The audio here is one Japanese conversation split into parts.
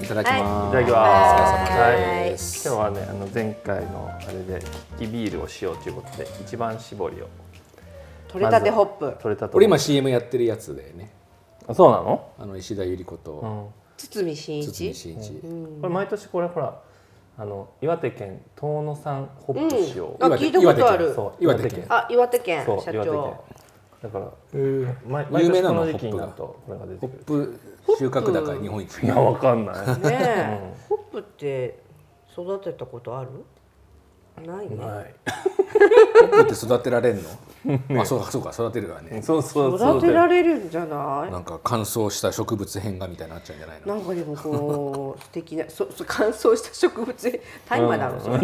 ただきます。 いただきます。 お疲れ様です。 今日はね、前回のあれでキッキビールをしようということで一番搾りを取れたてホップ。 取れたて。 これ今 CM やってるやつだよね。 あ、そうなの？ 石田ゆり子と堤真一。 これ毎年これほら岩手県遠野産ホップ使用。 あ、聞いたことある。 岩手県。 あ、岩手県社岩手県長。 だから有名なの毎年この時期になるとこれが出てくる。 ホップ収穫高い日本一。 いや、わかんない。 ね、ホップって育てたことある？ないね。 ない。 ホップって育てられるの？あ、そうか育てるわね。 育てられるんじゃない？ なんか乾燥した植物片がみたいになっちゃうんじゃないの？ なんかでもこう素敵な乾燥した植物大麻だろそれ。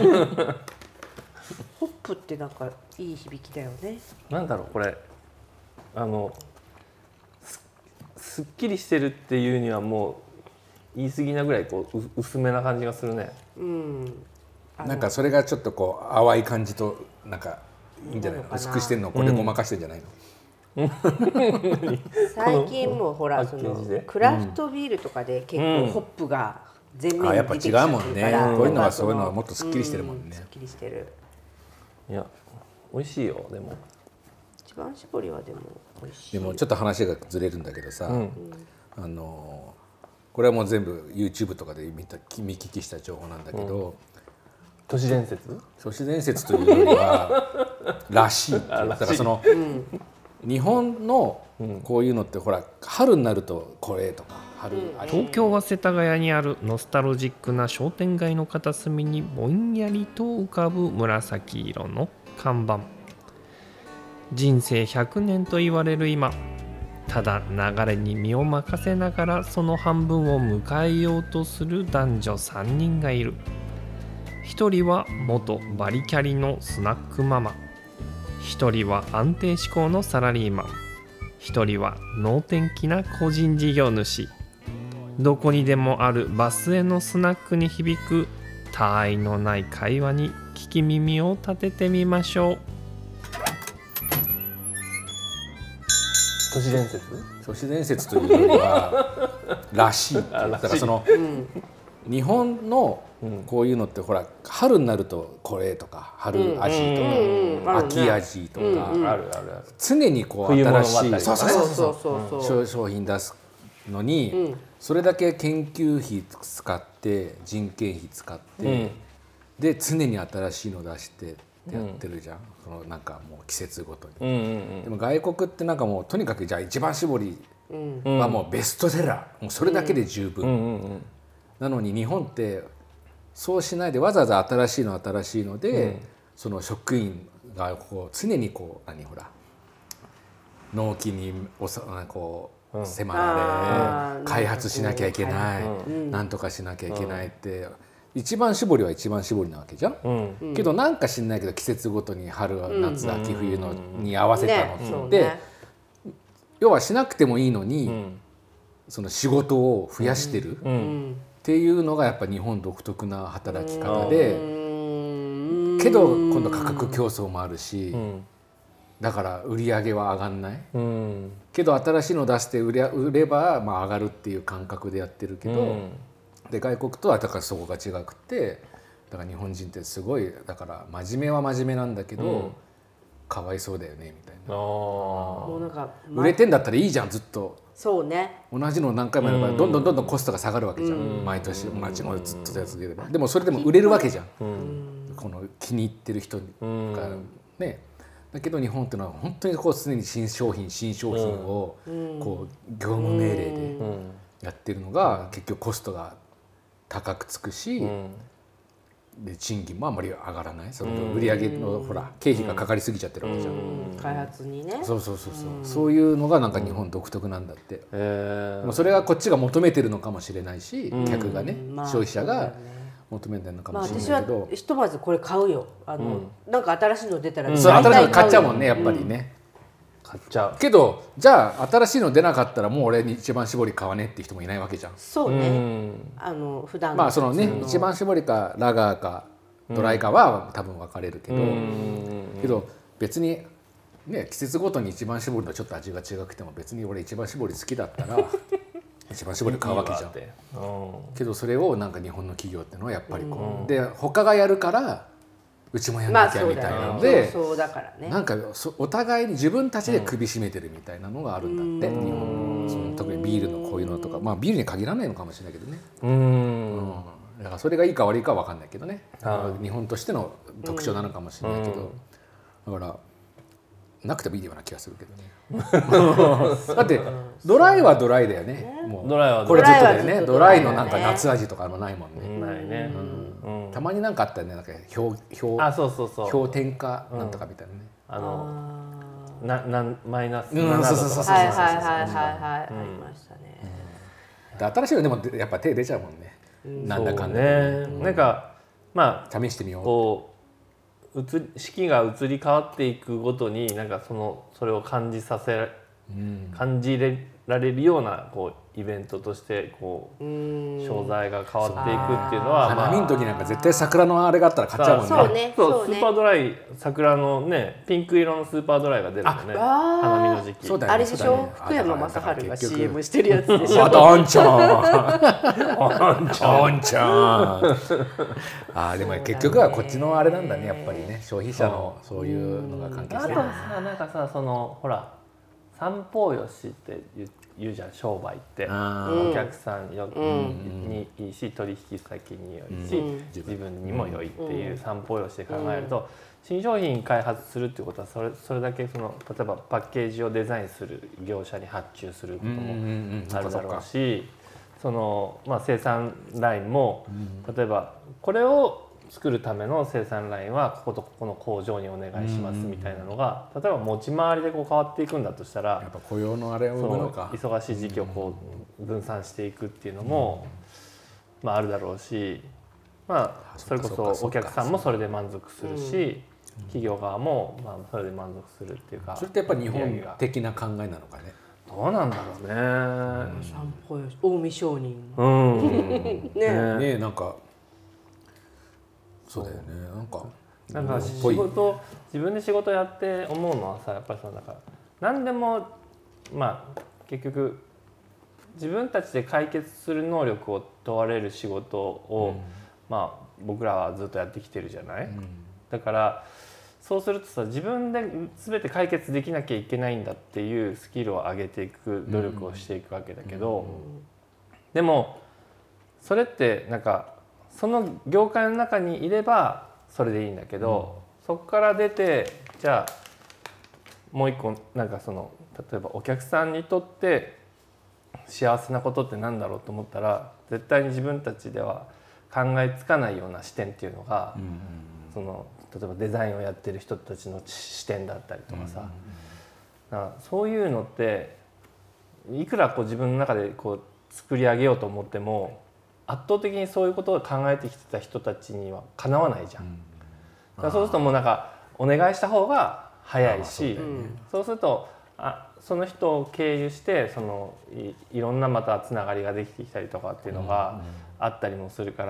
ホップってなんかいい響きだよね。 なんだろうこれすっきりしてるっていうにはもう言い過ぎなぐらいこう薄めな感じがするね。 なんかそれがちょっとこう淡い感じとなんかいいんじゃないの？薄くしてんのこれごまかしてんじゃないの？ 最近もほらそのクラフトビールとかで結構ホップが全面に出てきちゃうから、 やっぱ違うもんね。こういうのはそういうのはもっとすっきりしてるもんね。 すっきりしてる。 いや美味しいよ。でも一番搾りはでも美味しい。 でもちょっと話がずれるんだけどさ、これはもう全部 YouTube とかで見聞きした情報なんだけど、 都市伝説？ 都市伝説というよりはらしいっていう。だからその日本のこういうのってほら春になるとこれとか東京は世田谷にあるノスタルジックな商店街の片隅にぼんやりと浮かぶ紫色の看板。人生100年と言われる今、ただ流れに身を任せながらその半分を迎えようとする男女3人がいる。一人は元バリキャリのスナックママ、一人は安定志向のサラリーマン、一人は能天気な個人事業主。どこにでもあるバスへのスナックに響く他愛のない会話に聞き耳を立ててみましょう。 都市伝説？ 都市伝説というよりはらしいっていう。だからその日本のこういうのってほら春になるとこれとか春味とか秋味とか常にこう新しい商品出すのにそれだけ研究費使って人件費使ってで常に新しいの出してやってるじゃん。そのなんかもう季節ごとに。でも外国ってなんかもうとにかくじゃあ一番搾りはもうベストセラー、もうそれだけで十分。なのに日本ってそうしないでわざわざ新しいので、その職員がこう常にこうほら納期にこう迫られ開発しなきゃいけない、なんとかしなきゃいけないって。一番搾りは一番搾りなわけじゃん、けどなんか知んないけど季節ごとに春夏秋冬のに合わせたのって、要はしなくてもいいのに、その仕事を増やしてるっていうのがやっぱ日本独特な働き方で、けど今度価格競争もあるし、だから売り上げは上がんない、けど新しいの出して売ればまあ上がるっていう感覚でやってるけど。で外国とはだからそこが違くて、だから日本人ってすごいだから真面目は真面目なんだけど、かわいそうだよねみたいな。 もうなんか売れてんだったらいいじゃんずっと。 そうね。 同じの何回もやればどんどんコストが下がるわけじゃん。毎年同じのずっと続ければ。でもそれでも売れるわけじゃん。この気に入ってる人がね。だけど日本っていうのは本当にこう常に新商品をこう業務命令でやってるのが結局コストが高くつくし、で賃金もあんまり上がらない。その売上のほら経費がかかりすぎちゃってるわけじゃん。 開発にね。 そういうのがなんか日本独特なんだって。でもそれはこっちが求めてるのかもしれないし、客がね、消費者が求めてるのかもしれないけど、 私はひとまずこれ買うよ。なんか新しいの出たら新しいの買っちゃうもんねやっぱりね。 買っちゃうけどじゃあ新しいの出なかったらもう俺に一番搾り買わねっていう人もいないわけじゃん。 そうね。普段まあそのね一番搾りかラガーかドライかは多分分かれるけど、別にね季節ごとに一番搾りとちょっと味が違くても別に俺一番搾り好きだったら一番搾り買うわけじゃん。けどそれをなんか日本の企業っていうのはやっぱりこう、で他がやるからうちもやんなきゃみたいなので、なんかお互いに自分たちで首絞めてるみたいなのがあるんだって、日本その特にビールのこういうのとか、まあビールに限らないのかもしれないけどね。だからそれがいいか悪いかは分かんないけどね、日本としての特徴なのかもしれないけど、だからなくてもいいような気がするけどね。だってドライはドライだよね。もうこれずっとだよね。ドライのなんか夏味とかもないもんね。 ないね。 たまになんかあったよね。なんか氷点下なんとかみたいなね。 マイナス 7度とか。はいありましたね。 新しいのでもやっぱ手出ちゃうもんね。なんだかんだね。なんかまあ試してみよう。 こう四季が移り変わっていくごとになんかそれを感じられるようなこうイベントとしてこう商材が変わっていくっていうのは、 花見の時なんか絶対桜のあれがあったら買っちゃうもんね。 そうスーパードライ桜のねピンク色のスーパードライが出るのね、花見の時期。 あれでしょ、福山雅治が CM してるやつでしょ。 あんちゃんでも結局はこっちのあれなんだね、やっぱりね、消費者のそういうのが関係してる。 あとさ、なんかさ、ほら三方よしって言うじゃん、商売って。お客さんにいいし、取引先に良いし、自分にも良いっていう三方よしで考えると、新商品開発するっていうことはそれだけ例えばパッケージをデザインする業者に発注することもあるだろうし、生産ラインも例えばこれを作るための生産ラインはこことここの工場にお願いしますみたいなのが、例えば持ち回りでこう変わっていくんだとしたら、 やっぱ雇用のあれを生むのか、 忙しい時期をこう分散していくっていうのもあるだろうし、それこそお客さんもそれで満足するし、企業側もそれで満足するっていうか。 それってやっぱり日本的な考えなのかね。 どうなんだろうね。 三方よし、近江商人。 ね、 なんか。そうだよね。 なんか自分で仕事やって思うのはさ、やっぱりなんか何でも結局自分たちで解決する能力を問われる仕事を、僕らはずっとやってきてるじゃない。だからそうするとさ、自分で全て解決できなきゃいけないんだっていうスキルを上げていく努力をしていくわけだけど、でもそれってなんかその業界の中にいればそれでいいんだけど、そこから出てじゃあもう一個なんか例えばお客さんにとって幸せなことってなんだろうと思ったら、絶対に自分たちでは考えつかないような視点っていうのが、例えばデザインをやってる人たちの視点だったりとかさ、そういうのっていくらこう自分の中でこう作り上げようと思っても圧倒的にそういうことを考えてきてた人たちにはかなわないじゃん。だからそうするともうなんかお願いした方が早いし、そうするとその人を経由していろんなまたつながりができてきたりとかっていうのがあったりもするから、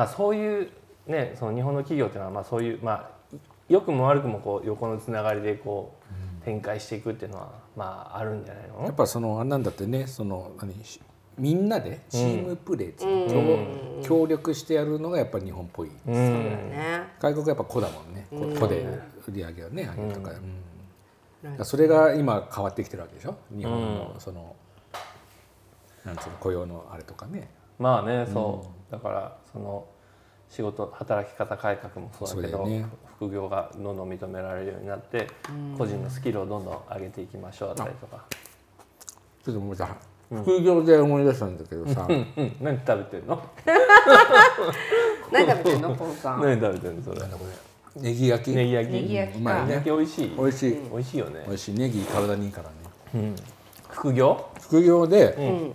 そういうね、日本の企業っていうのはそういう良くも悪くもこう横のつながりでこう展開していくっていうのはあるんじゃないの？ やっぱなんだってね、みんなでチームプレー、協力してやるのがやっぱり日本っぽい。 そうだね。 外国はやっぱ個だもんね。個で売り上げをね上げるとか、それが今変わってきてるわけでしょ。日本のなんつうの雇用のあれとかね。 そうだから働き方改革もそうだけど、副業がどんどん認められるようになって、個人のスキルをどんどん上げていきましょうだったりとか。 ちょっともうさ、副業で思い出したんだけどさ、 何食べてんの？ 何食べてんの？ポンさん。 何食べてんのそれ？ ネギ焼き。 ネギ焼き。 うまいね。 美味しい。 美味しい。 美味しいよね。 美味しい。ネギ体にいいからね。 副業？ 副業で、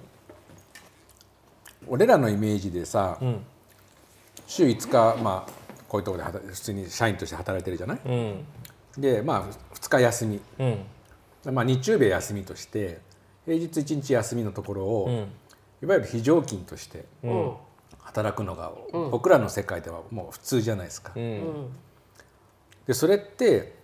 俺らのイメージでさ、週5日こういうところで普通に社員として働いてるじゃない？で2日休み。日曜日は休みとして。平日1日休みのところを、いわゆる非常勤として働くのが、僕らの世界ではもう普通じゃないですか。でそれって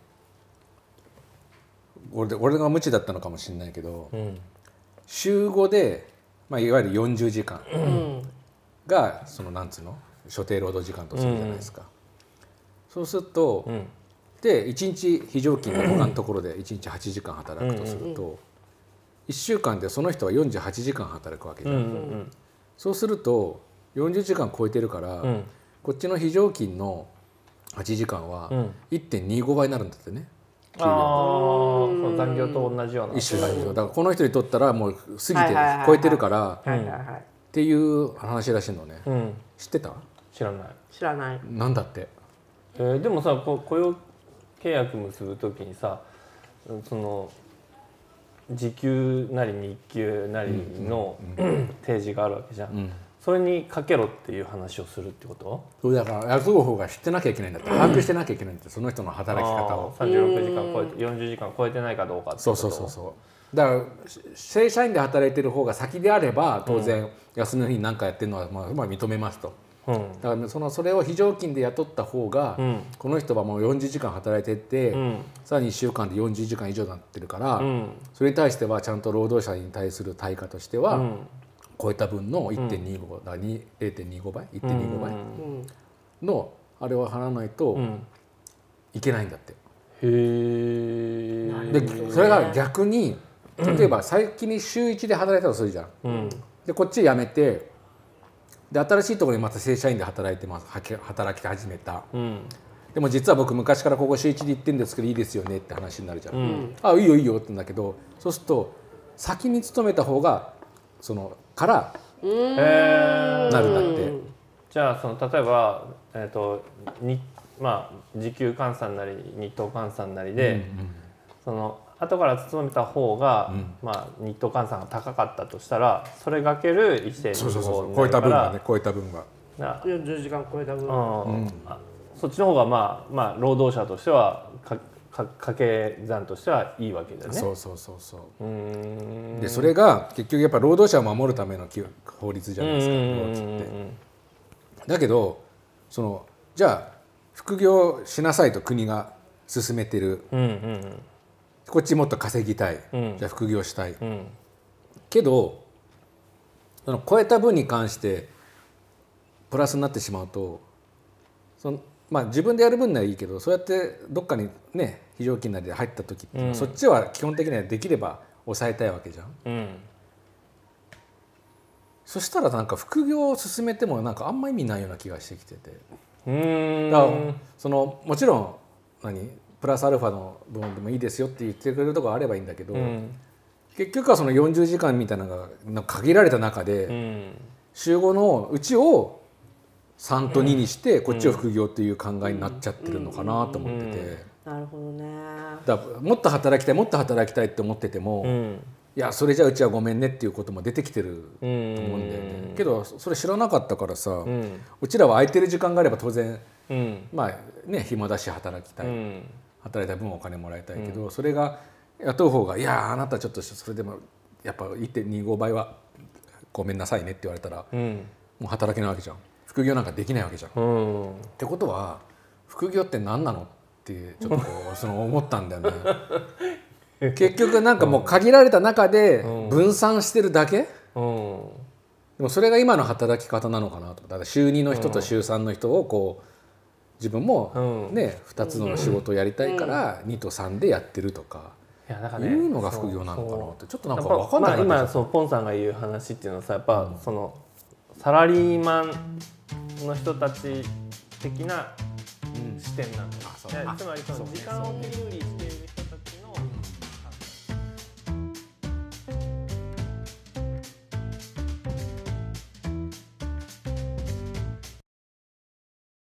俺が無知だったのかもしれないけど、週5でまあ、いわゆる40時間がそのなんつうの所定労働時間とするじゃないですか。そうすると、で1日非常勤の他のところで1日8時間働くとすると、1週間でその人は48時間働くわけじゃん。そうすると40時間超えてるから、こっちの非常勤の8時間は 1.25 倍になるんだってね。 ああ、残業と同じような一種だからこの人にとったらもう過ぎて超えてるからっていう話らしいのね。知ってた？ 知らない。 知らない。 なんだって。 でもさ、雇用契約結ぶときにさ、その時給なり日給なりの提示があるわけじゃん。それにかけろっていう話をするってこと？ そうだから雇う方が知ってなきゃいけないんだって、把握してなきゃいけないんだって、その人の働き方を。 36時間超えて40時間超えてないかどうかってこと。 そうだから正社員で働いてる方が先であれば当然休みの日に何かやってるのはまあ認めますと。だからそれを非常勤で雇った方が、この人はもう40時間働いてて、さらに1週間で40時間以上になってるから、それに対してはちゃんと労働者に対する対価としては、超えた分の 1.25 だから 0.25 倍 1.25 倍のあれを払わないといけないんだって。でそれが逆に例えば先に週1で働いたとするじゃん。でこっち辞めてで新しいところにまた正社員で働き始めた。でも実は僕昔からここ週1で行ってるんですけどいいですよねって話になるじゃん。あ、いいよいいよって言うんだけど、そうすると先に勤めた方がそのからなるんだって。 じゃあその例えばまあ時給換算なり日当換算なりで、その後から勤めた方が、まあ日当換算が高かったとしたらそれがける 1.25 超えた分がね、超えた分が 40時間超えた分、 そっちの方がまあ労働者としては掛け算としてはいいわけだよね。 そうでそれが結局やっぱ労働者を守るための法律じゃないですか、労基って。だけどじゃあ副業しなさいと国が勧めてる、こっちもっと稼ぎたい、じゃあ副業したい、けど超えた分に関してプラスになってしまうとまあ、自分でやる分ならいいけど、そうやってどっかにね非常勤なりで入った時って、そっちは基本的にはできれば抑えたいわけじゃん。そしたらなんか副業を進めてもなんかあんま意味ないような気がしてきてて、だからもちろんプラスアルファの部分でもいいですよって言ってくれるところあればいいんだけど、結局はその40時間みたいなのが限られた中で、週5のうちを3と2にしてこっちを副業っていう考えになっちゃってるのかなと思ってて、 なるほどね。 だからもっと働きたいもっと働きたいって思ってても、いやそれじゃうちはごめんねっていうことも出てきてると思うんだよね。けどそれ知らなかったからさ、うちらは空いてる時間があれば当然、まあね暇だし働きたい、働いた分お金もらいたいけど、それが雇う方がいやあなたちょっとそれでもやっぱ 1.25 倍はごめんなさいねって言われたら、もう働けないわけじゃん。副業なんかできないわけじゃん。ってことは副業って何なのってちょっと思ったんだよね。結局なんかもう限られた中で分散してるだけ、でもそれが今の働き方なのかなと。だから週2の人と週3の人をこう自分もね2つの仕事をやりたいから2と3でやってるとかいうのが副業なのかなってちょっとなんか分かんないな。 今ポンさんが言う話っていうのはさ、やっぱサラリーマンの人たち的な視点なんだよ。つまり時間を有利して